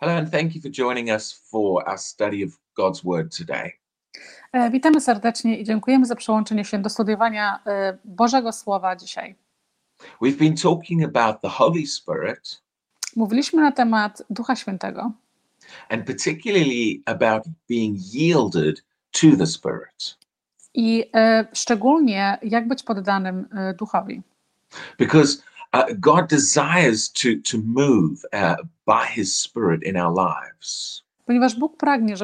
Hello, and thank you for joining us for our study of God's Word today. Witamy serdecznie i dziękujemy za przyłączenie się do studiowania Bożego Słowa dzisiaj. We've been talking about the Holy Spirit Mówiliśmy na temat Ducha Świętego and particularly about being yielded to the Spirit. i szczególnie jak być poddanym Duchowi. Because God desires to move by His Spirit in our lives. Ponieważ Bóg pragnie,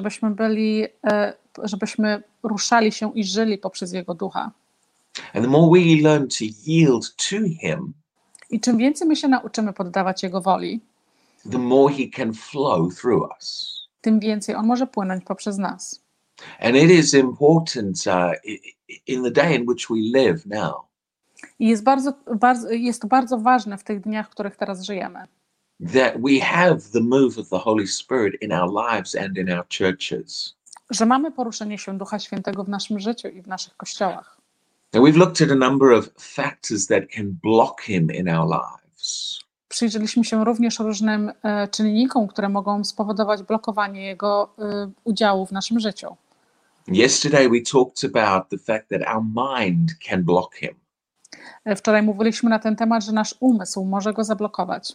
żebyśmy ruszali się i żyli poprzez Jego Ducha. And the more we learn to yield to Him, I czym więcej my się nauczymy poddawać Jego woli, the more He can flow through us. tym więcej On może płynąć poprzez nas. And it is important in the day in which we live now. I jest to bardzo ważne w tych dniach, w których teraz żyjemy. That we have the move of the Holy Spirit in our lives and in our churches. Że mamy poruszenie się Ducha Świętego w naszym życiu i w naszych kościołach. And we've looked at a number of factors that can block Him in our lives. Przyjrzeliśmy się również różnym czynnikom, które mogą spowodować blokowanie Jego udziału w naszym życiu. Yesterday we talked about the fact that our mind can block Him. Wczoraj mówiliśmy na ten temat, że nasz umysł może Go zablokować.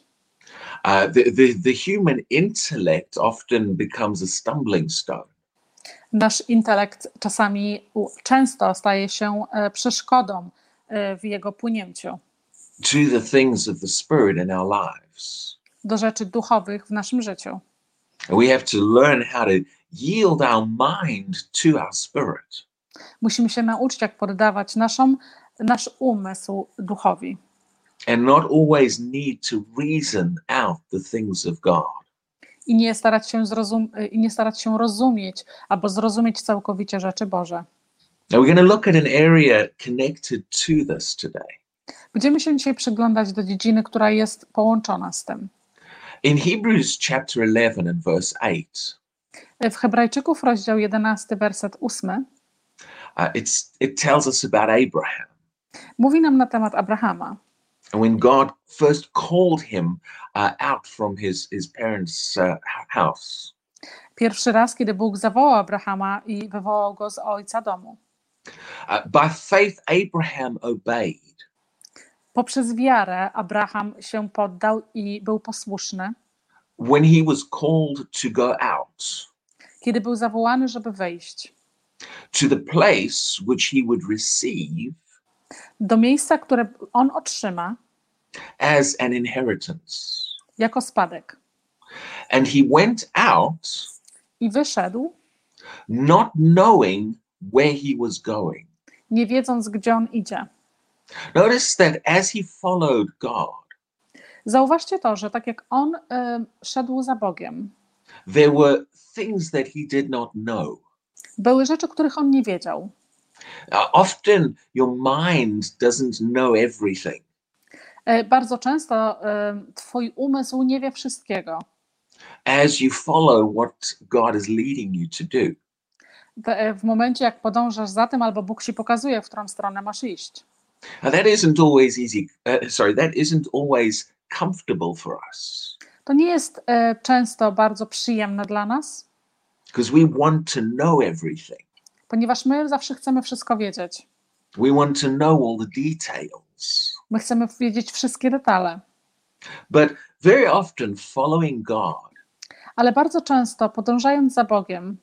The human intellect often becomes a stumbling stone. Nasz intelekt często staje się przeszkodą w jego płynięciu. To the things of the Spirit in our lives. Do rzeczy duchowych w naszym życiu. And we have to learn how to yield our mind to our spirit. Musimy się nauczyć, jak poddawać nasz umysł duchowi. And not always need to reason out the things of God. I nie starać się rozumieć albo zrozumieć całkowicie rzeczy Boże. Now we're going to look at an area connected to this today. Będziemy się dzisiaj przyglądać do dziedziny, która jest połączona z tym. In Hebrews chapter 11 and verse 8. W Hebrajczyków rozdział 11, werset 8. It tells us about Abraham. Mówi nam na temat Abrahama. And when God first called him out from his parents' house. Pierwszy raz, kiedy Bóg zawołał Abrahama i wywołał go z ojca domu. By faith Abraham obeyed. Poprzez wiarę Abraham się poddał i był posłuszny. When he was called to go out. Kiedy był zawołany, żeby wyjść. To the place which he would receive. Do miejsca, które on otrzyma. As an inheritance. Jako spadek. And he went out. I wyszedł. Not knowing where he was going. Nie wiedząc, gdzie on idzie. Notice that as he followed God. Zauważcie to, że tak jak on szedł za Bogiem. There were things that he did not know. Były rzeczy, których on nie wiedział. Often your mind doesn't know everything. Bardzo często twój umysł nie wie wszystkiego. As you follow what God is leading you to do. W momencie, jak podążasz za tym, albo Bóg ci pokazuje, w którą stronę masz iść. That isn't always easy. That isn't always comfortable for us. To nie jest często bardzo przyjemne dla nas. Because we want to know everything. Ponieważ my zawsze chcemy wszystko wiedzieć. We want to know all the details. My chcemy wiedzieć wszystkie detale. But very often following God. Ale bardzo często podążając za Bogiem.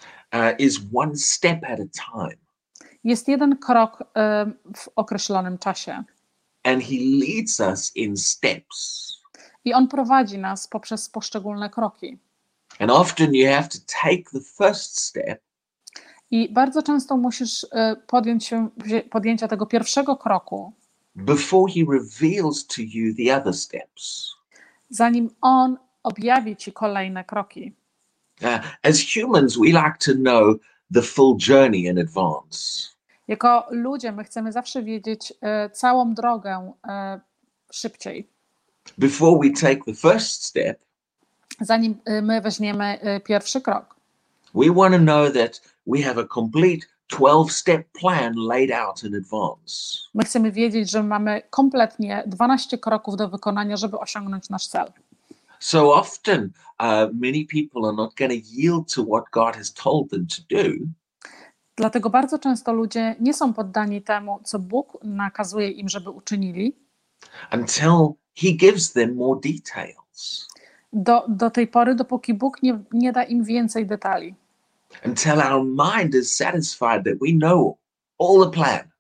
Is one step at a time. Jest jeden krok w określonym czasie. And he leads us in steps. I on prowadzi nas poprzez poszczególne kroki. And often you have to take the first step. I bardzo często musisz podjęcia tego pierwszego kroku. Before he reveals to you the other steps. Zanim on objawi ci kolejne kroki. As humans, we like to know the full journey in advance. Jako ludzie my chcemy zawsze wiedzieć całą drogę szybciej. Before we take the first step. Zanim my weźmiemy pierwszy krok. We want to know that we have a complete 12-step plan laid out in advance. My chcemy wiedzieć, że mamy kompletnie 12 kroków do wykonania, żeby osiągnąć nasz cel. So often, many people are not going to yield to what God has told them to do Dlatego bardzo często ludzie nie są poddani temu, co Bóg nakazuje im, żeby uczynili, until He gives them more details, do tej pory, dopóki Bóg nie da im więcej detali. until our mind is satisfied that we know all the plan.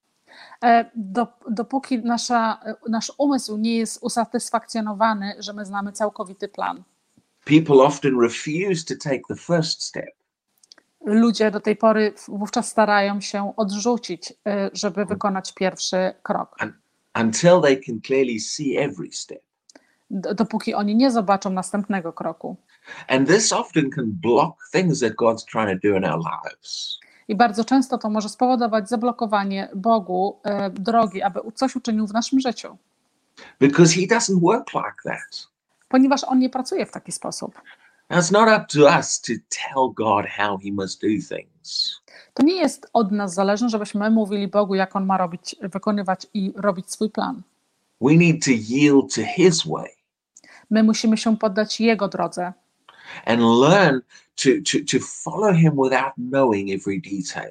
Dopóki nasz umysł nie jest usatysfakcjonowany, że my znamy całkowity plan. People often refuse to take the first step. Ludzie do tej pory wówczas starają się odrzucić, żeby wykonać pierwszy krok. Until they can clearly see every step. Dopóki oni nie zobaczą następnego kroku. And this often can block things that God's trying to do in our lives. I bardzo często to może spowodować zablokowanie Bogu drogi, aby coś uczynił w naszym życiu. Because He doesn't work like that. Ponieważ On nie pracuje w taki sposób. Now, it's not up to us to tell God how He must do things. To nie jest od nas zależne, żebyśmy mówili Bogu, jak On ma robić, wykonywać i robić swój plan. We need to yield to His way My musimy się poddać Jego drodze and learn to follow Him without knowing every detail.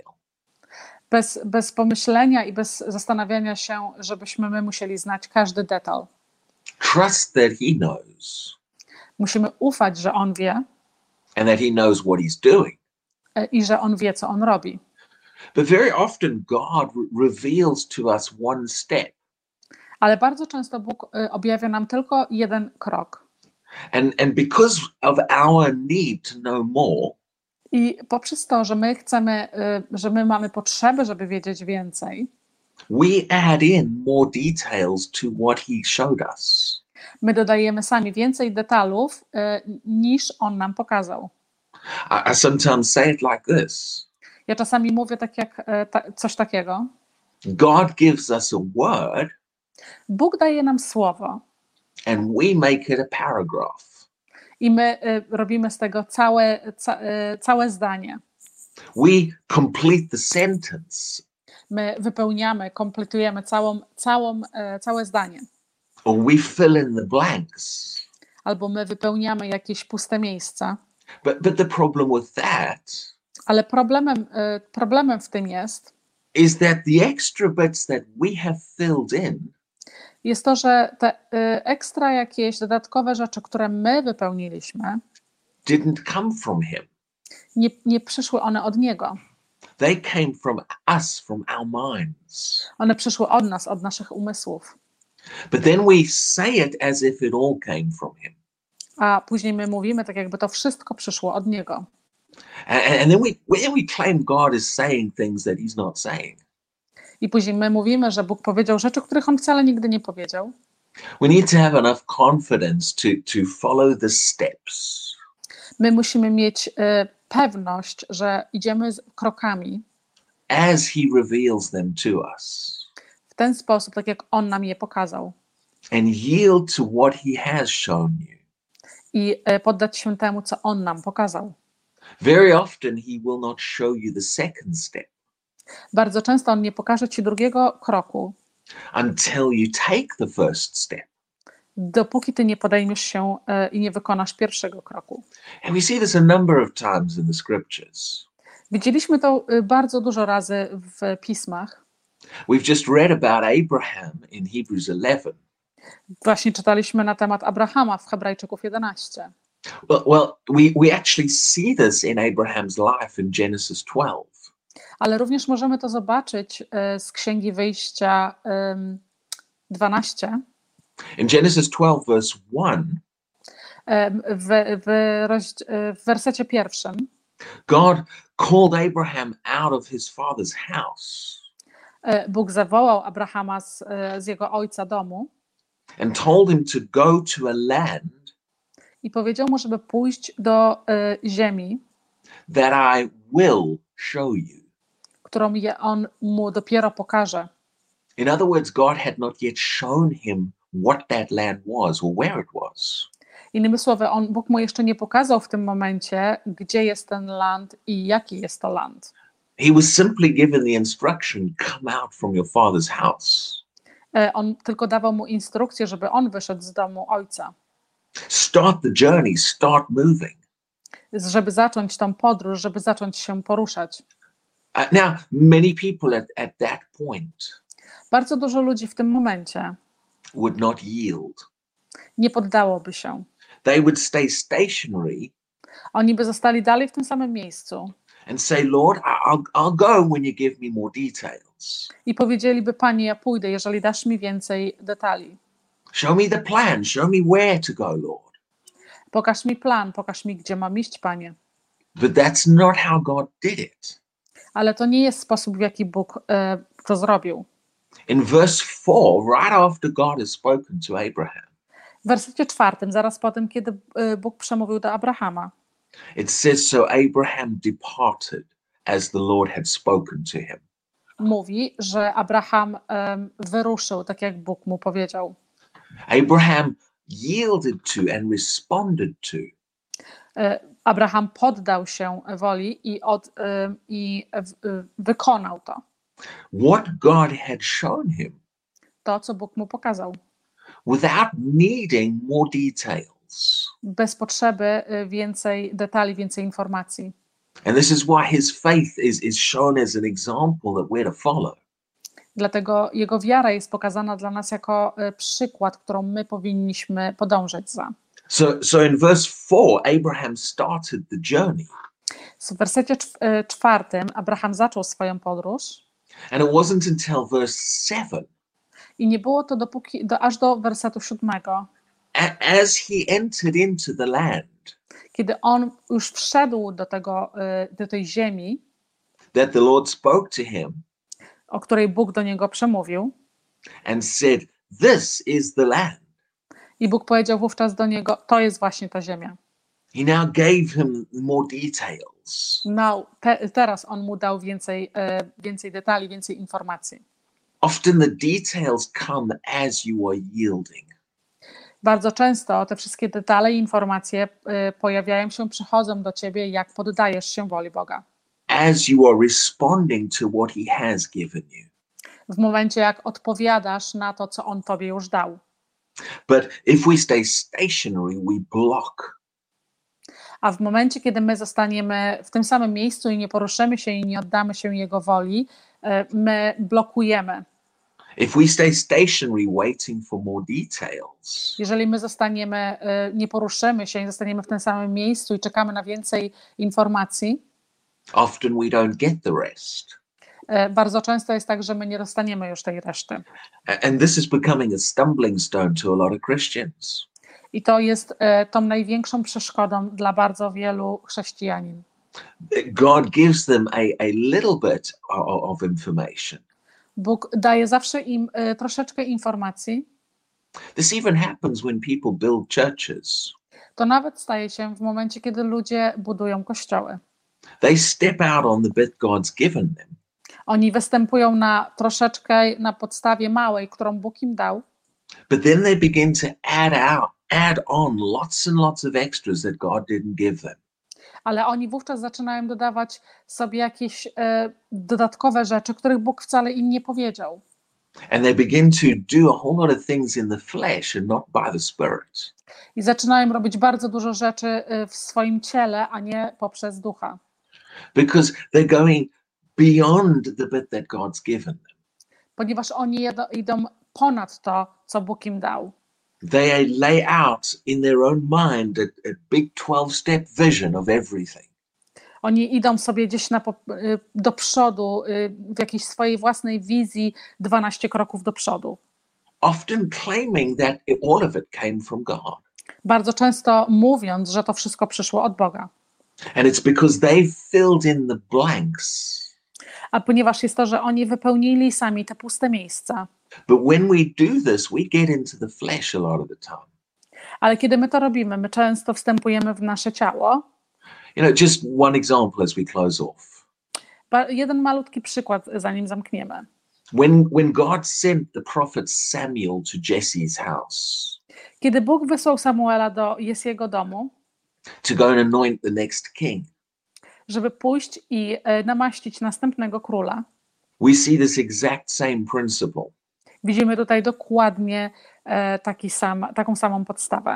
bez pomyślenia i bez zastanawiania się, żebyśmy my musieli znać każdy detal. Trust that He knows Musimy ufać, że On wie and that He knows what He's doing. I że On wie, co On robi. But very often God reveals to us one step. Ale bardzo często Bóg objawia nam tylko jeden krok. And because of our need to know more, I poprzez to, że my chcemy, że my mamy potrzebę, żeby wiedzieć więcej, we add in more details to what He showed us. my dodajemy sami więcej detalów, niż On nam pokazał. I sometimes say it like this. Ja czasami mówię coś takiego. God gives us a word Bóg daje nam słowo and we make it a paragraph. i my robimy z tego całe zdanie. We complete the sentence My wypełniamy, kompletujemy całe zdanie. or we fill in the blanks. Albo my wypełniamy jakieś puste miejsca. But the problem with that Ale problemem w tym is that the extra bits that we have filled in jest to, że te ekstra jakieś dodatkowe rzeczy, które my wypełniliśmy, didn't come from Him. nie przyszły one od Niego. They came from us, from our minds. One przyszły od nas, od naszych umysłów. But then we say it as if it all came from Him. A później my mówimy tak, jakby to wszystko przyszło od Niego. And then we claim God is saying things that He's not saying. I później my mówimy, że Bóg powiedział rzeczy, których On wcale nigdy nie powiedział. We need to have enough confidence to follow the steps. My musimy mieć pewność, że idziemy krokami as He reveals them to us. w ten sposób, tak jak On nam je pokazał. And yield to what He has shown you. I poddać się temu, co On nam pokazał. Very often He will not show you the second step Bardzo często On nie pokaże ci drugiego kroku, until you take the first step. dopóki ty nie podejmiesz się i nie wykonasz pierwszego kroku. And we see this a number of times in the scriptures. Widzieliśmy to bardzo dużo razy w pismach. We've just read about Abraham in Hebrews 11. Właśnie czytaliśmy na temat Abrahama w Hebrajczyków 11. We actually see this in Abraham's life in Genesis 12. Ale również możemy to zobaczyć z Księgi Wyjścia 12. In Genesis 12 verse 1, w wersecie 1. God called Abraham out of his father's house Bóg zawołał Abrahama z jego ojca domu and told him to go to a land i powiedział mu, żeby pójść do ziemi, that I will show you. którą on mu dopiero pokaże. In other words, God had not yet shown him what that land was or where it was. Innymi słowy, Bóg mu jeszcze nie pokazał w tym momencie, gdzie jest ten land i jaki jest to land. He was simply given the instruction, come out from your father's house. On tylko dawał mu instrukcję, żeby on wyszedł z domu ojca. Start the journey, start moving. Żeby zacząć tą podróż, żeby zacząć się poruszać. Now, many people at that point Bardzo dużo ludzi w tym momencie would not yield. nie poddałoby się. They would stay stationary Oni by zostali dalej w tym samym miejscu and say, Lord, I'll go when you give me more details. i powiedzieliby: Panie, ja pójdę, jeżeli dasz mi więcej detali. Show me the plan. Show me where to go, Lord. Pokaż mi plan, pokaż mi, gdzie mam iść, Panie. But that's not how God did it. Ale to nie jest sposób, w jaki Bóg to zrobił. In verse 4, right after God has spoken to Abraham, W wersecie 4, zaraz po tym, kiedy Bóg przemówił do Abrahama, it says, so Abraham departed as the Lord had spoken to him. mówi, że Abraham wyruszył, tak jak Bóg mu powiedział. Abraham yielded to and responded to Abraham poddał się woli i wykonał to. what God had shown him To, co Bóg mu pokazał. without needing more details. Bez potrzeby więcej detali, więcej informacji. And this is why his faith is shown as an example that we're to follow. Dlatego jego wiara jest pokazana dla nas jako przykład, którą my powinniśmy podążać za. So in verse 4, Abraham started the journey. W wersecie 4 Abraham zaczął swoją podróż And it wasn't until verse 7, i nie było to aż do wersetu 7, as he entered into the land, kiedy on już wszedł do tej ziemi, that the Lord spoke to him o której Bóg do niego przemówił, and said, this is the land. i Bóg powiedział wówczas do niego: to jest właśnie ta ziemia. He now gave him more details. Teraz on mu dał więcej detali, więcej informacji. Often the details come as you are yielding. Bardzo często te wszystkie detale i informacje pojawiają się, przychodzą do ciebie, jak poddajesz się woli Boga. As you are responding to what he has given you. W momencie, jak odpowiadasz na to, co on tobie już dał. But if we stay stationary, we block. A w momencie, kiedy my zostaniemy w tym samym miejscu i nie poruszymy się i nie oddamy się jego woli, my blokujemy. If we stay stationary waiting for more details, Jeżeli my nie poruszymy się i zostaniemy w tym samym miejscu i czekamy na więcej informacji, often we don't get the rest. bardzo często jest tak, że my nie dostaniemy już tej reszty. And this is becoming a stumbling stone to a lot of Christians. I to jest tą największą przeszkodą dla bardzo wielu chrześcijanin. God gives them a little bit of information. Bóg daje zawsze im troszeczkę informacji. This even happens when people build churches. To nawet staje się w momencie, kiedy ludzie budują kościoły. They step out on the bit God's given them. Oni występują na podstawie małej, którą Bóg im dał. But then they begin to add on lots and lots of extras that God didn't give them. Ale oni wówczas zaczynają dodawać sobie jakieś dodatkowe rzeczy, których Bóg wcale im nie powiedział. And they begin to do a whole lot of things in the flesh and not by the Spirit. I zaczynają robić bardzo dużo rzeczy w swoim ciele, a nie poprzez ducha. Because they're going beyond the bit that God's given them. Ponieważ oni idą ponad to, co Bóg im dał. They lay out in their own mind a big 12-step vision of everything. Oni idą sobie gdzieś do przodu, w jakiejś swojej własnej wizji 12 kroków do przodu. Often claiming that all of it came from God. Bardzo często mówiąc, że to wszystko przyszło od Boga. And it's because they filled in the blanks. A ponieważ jest to, że oni wypełnili sami te puste miejsca. But when we do this, we get into the flesh a lot of the time. Ale kiedy my to robimy, my często wstępujemy w nasze ciało. Just one example as we close off. Jeden malutki przykład, zanim zamkniemy. When God sent the prophet Samuel to Jesse's house, Kiedy Bóg wysłał Samuela do Jesiego domu, to go and anoint the next king, żeby pójść i namaścić następnego króla, we see this exact same principle. widzimy tutaj dokładnie taką samą podstawę.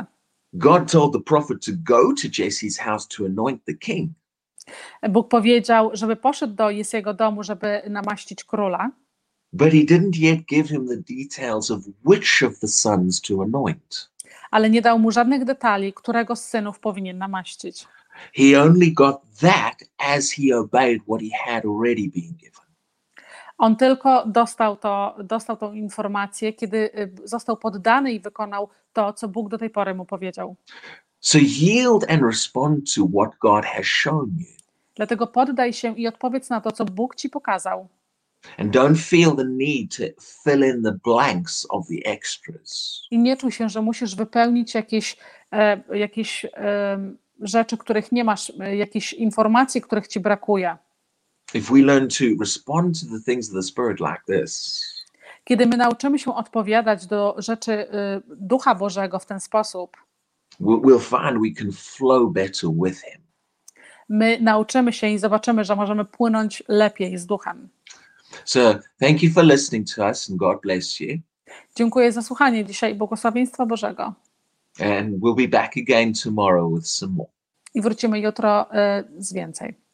God told the prophet to go to Jesse's house to anoint the king. Bóg powiedział, żeby poszedł do Jesego domu, żeby namaścić króla, But he didn't yet give him the details of which of the sons to anoint. ale nie dał mu żadnych detali, którego z synów powinien namaścić. He only got that as he obeyed what he had already been given. On tylko dostał tą informację, kiedy został poddany i wykonał to, co Bóg do tej pory mu powiedział. So yield and respond to what God has shown you. Dlatego poddaj się i odpowiedz na to, co Bóg ci pokazał. And don't feel the need to fill in the blanks of the extras. I nie czuj się, że musisz wypełnić jakieś rzeczy, których nie masz, jakieś informacji, których ci brakuje. If we learn to respond to the things of the Spirit like this, Kiedy my nauczymy się odpowiadać do rzeczy Ducha Bożego w ten sposób, we'll find we can flow better with Him. my nauczymy się i zobaczymy, że możemy płynąć lepiej z Duchem. So thank you for listening to us and God bless you. Dziękuję za słuchanie dzisiaj. Błogosławieństwa Bożego. And we'll be back again tomorrow with some more. I wrócimy jutro z więcej.